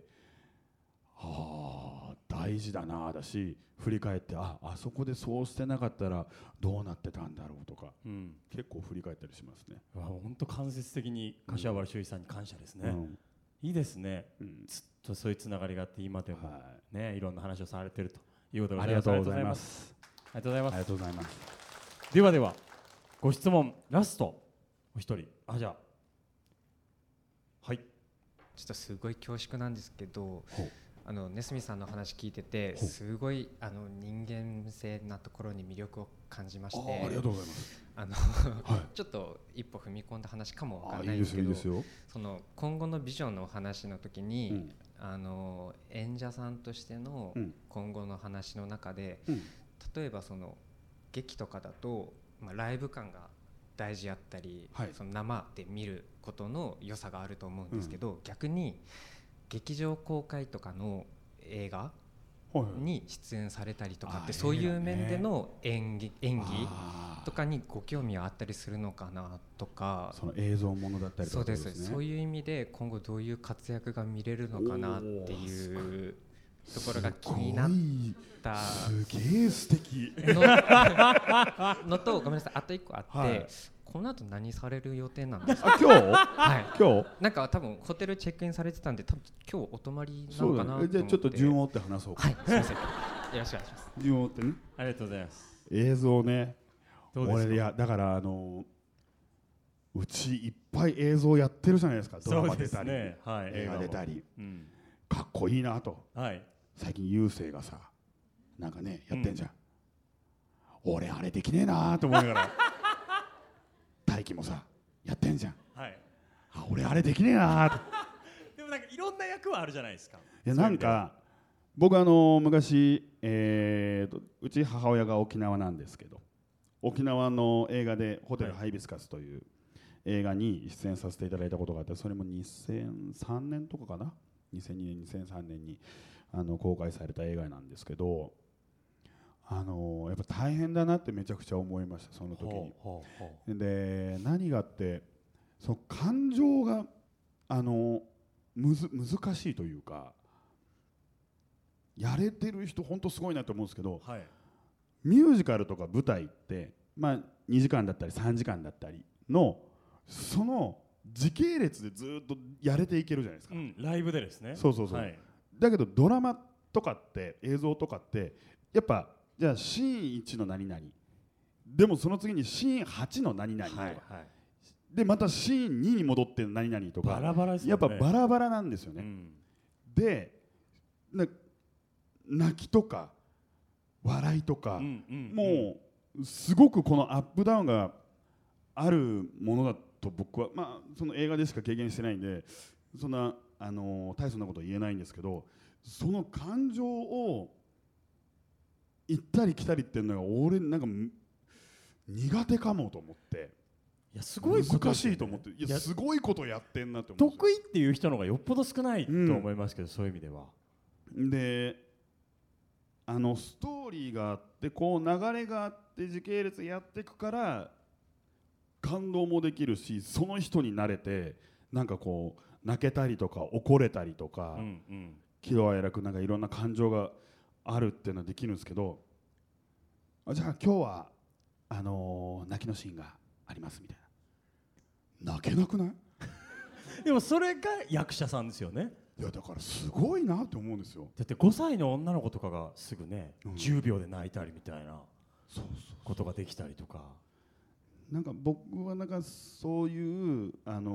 大事だなだし、振り返ってあそこでそうしてなかったらどうなってたんだろうとか、 うん、 結構振り返ったりしますね。 本当間接的に柏原修一さんに感謝ですね、いいですね、ずっとそういうつながりがあって今でも、ね、いろんな話をされてるということで、 ありがとうございます。 ありがとうございます。 ありがとうございます。 ではご質問ラストお一人、じゃあはい、 ちょっとすごい恐縮なんですけど、ネスミさんの話聞いててすごい人間性なところに魅力を感じまして、 ありがとうございます。 ちょっと一歩踏み込んだ話かもわからないんですけど、その今後のビジョンのお話の時に、演者さんとしての今後の話の中で、例えばその劇とかだと、ライブ感が大事やったり、その生で見ることの良さがあると思うんですけど、逆に劇場公開とかの映画に出演されたりとかって、そういう面での演技とかにご興味はあったりするのかなとか、 その映像ものだったりとかですね。 そういう意味で今後どういう活躍が見れるのかなっていうところが気になったすげえ素敵のと、ごめんなさい、あと一個あって、この後何される予定なんですか？今日？今日？ なんか多分ホテルチェックインされてたんで、多分今日お泊まりなのかなと思って。 じゃあちょっと順を追って話そうか。 はい、すみません。よろしくお願いします。 順を追ってね。 ありがとうございます。 映像ね。 どうですか？ 俺だからうちいっぱい映像やってるじゃないですか。ドラマ出たり、映画出たり、かっこいいなと。最近郵政がさ、なんかねやってんじゃん。俺あれできねえなと思いながら。大輝もさやってんじゃん。俺あれできねえなと。 でもなんかいろんな役はあるじゃないですか。 いやなんか僕昔うち母親が沖縄なんですけど、沖縄の映画でホテルハイビスカスという映画に出演させていただいたことがあって、それも2003年とかかな、2002年2003年に公開された映画なんですけど、やっぱ大変だなってめちゃくちゃ思いました、その時に。で何があって、その感情が難しいというか、やれてる人本当すごいなと思うんですけど、ミュージカルとか舞台って、2時間だったり3時間だったりのその時系列でずっとやれていけるじゃないですか、 ライブでですね。 そう、だけどドラマとかって映像とかってやっぱじゃあシーン1の何々でもその次にシーン8の何々とか、でまたシーン2に戻っての何々とか、 バラバラですよね。 やっぱバラバラなんですよね、で泣きとか笑いとか、もうすごくこのアップダウンがあるものだと僕は、その映画でしか経験してないんでそんな大層なことは言えないんですけど、その感情を行ったり来たりっていうのが俺なんか苦手かもと思って、 いやすごい難しいと思って、いやすごいことやってんなって思う。 得意っていう人の方がよっぽど少ないと思いますけど、そういう意味では。 でストーリーがあってこう流れがあって時系列やっていくから感動もできるし、その人に慣れてなんかこう泣けたりとか怒れたりとか、喜怒哀楽なんかいろんな感情があるっていうのはできるんですけど、じゃあ今日は泣きのシーンがありますみたいな、泣けなくない？ でもそれが役者さんですよね。 いやだからすごいなって思うんですよ。 だって5歳の女の子とかがすぐね、10秒で泣いたりみたいなことができたりとか、 なんか僕はなんかそういう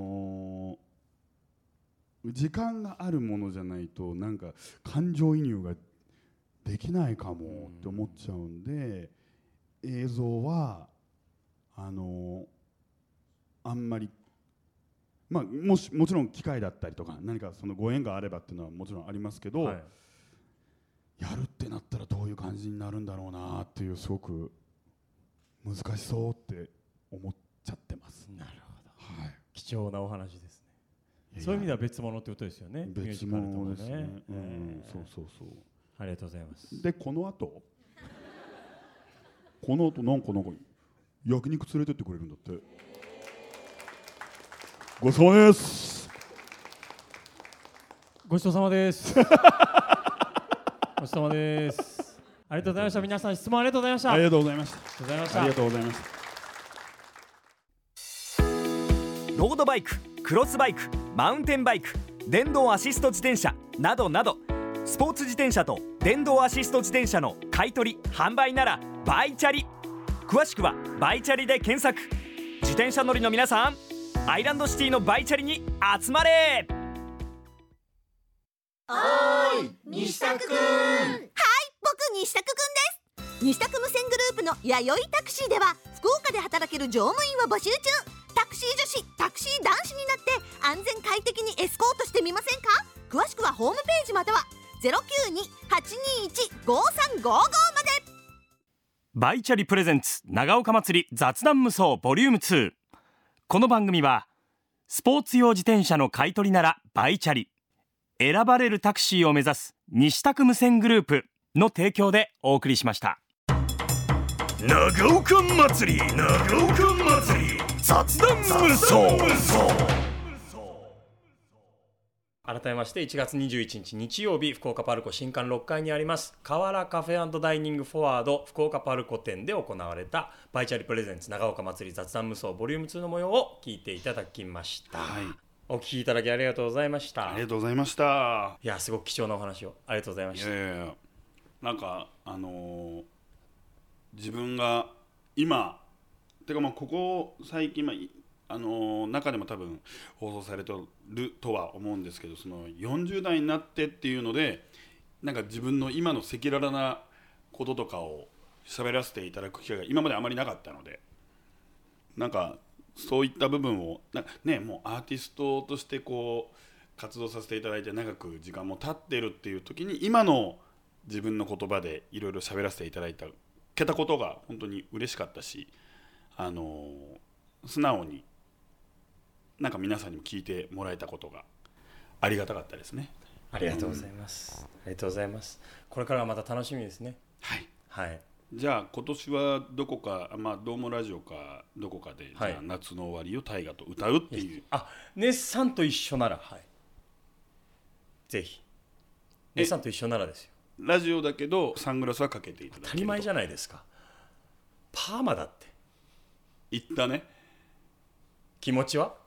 時間があるものじゃないとなんか感情移入ができないかもって思っちゃうんで、映像はあんまりもちろん機会だったりとか何かそのご縁があればっていうのはもちろんありますけど、やるってなったらどういう感じになるんだろうなっていう、すごく難しそうって思っちゃってます。 貴重なお話ですね。そういう意味では別物ってことですよね。 別物ですね。そうそうそう。 ありがとうございます。 でこの後なんか焼肉連れてってくれるんだって。ごちそうさまです。 ごちそうさまです。ごちそうさまです。ありがとうございました。皆さん質問ありがとうございました。 ありがとうございました。 ありがとうございました。 ロードバイク、クロスバイク、マウンテンバイク、電動アシスト自転車などなど、スポーツ自転車と電動アシスト自転車の買い取り販売ならバイチャリ。詳しくはバイチャリで検索。自転車乗りの皆さん、アイランドシティのバイチャリに集まれ。 おーい西拓くん。はい、僕西拓くんです。西拓無線グループの弥生タクシーでは福岡で働ける乗務員を募集中。タクシー女子、タクシー男子になって安全快適にエスコートしてみませんか。詳しくはホームページまたは 092-821-5355 まで。 バイチャリプレゼンツ長岡祭り雑談無双ボリューム2。この番組はスポーツ用自転車の買い取りならバイチャリ、選ばれるタクシーを目指す西拓無線グループの提供でお送りしました。 長岡祭り雑談無双。 改めまして1月21日日曜日、福岡パルコ新館6階にあります河原カフェ&ダイニングフォワード福岡パルコ店で行われたバイチャリプレゼンツ長岡祭り雑談無双ボリューム2の模様を聞いていただきました。お聞きいただきありがとうございました。 ありがとうございました。 いや、すごく貴重なお話をありがとうございました。 なんか自分が今てかここ最近中でも多分放送されてるとは思うんですけど、その40代になってっていうのでなんか自分の今の赤裸々なこととかを喋らせていただく機会が今まであまりなかったので、なんかそういった部分をもうアーティストとして活動させていただいて長く時間も経ってるっていう時に今の自分の言葉でいろいろ喋らせていただいたことが本当に嬉しかったし、素直になんか皆さんにも聞いてもらえたことがありがたかったですね。 ありがとうございます。ありがとうございます。これからはまた楽しみですね。 はい。じゃあ今年はどこかどうもラジオかどこかで、じゃあ夏の終わりを大河と歌うっていう。 ネスさんと一緒なら、ぜひ。ネスさんと一緒ならですよ。 ラジオだけどサングラスはかけていただけると。 当たり前じゃないですか。パーマだって言ったね。 気持ちは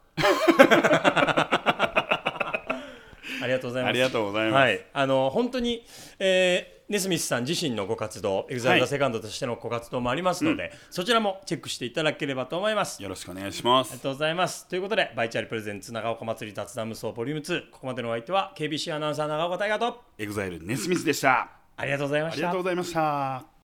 ありがとうございます。 ありがとうございます。 本当に、ネスミスさん自身のご活動、EXILE THE SECONDとしてのご活動もありますので、そちらもチェックしていただければと思います。 よろしくお願いします。 ありがとうございます。ということで、バイチャリプレゼンツ長岡祭り雑談無双ボリューム2、ここまでのお相手は KBC アナウンサー長岡大河と EXILEネスミスでした。 ありがとうございました。 ありがとうございました。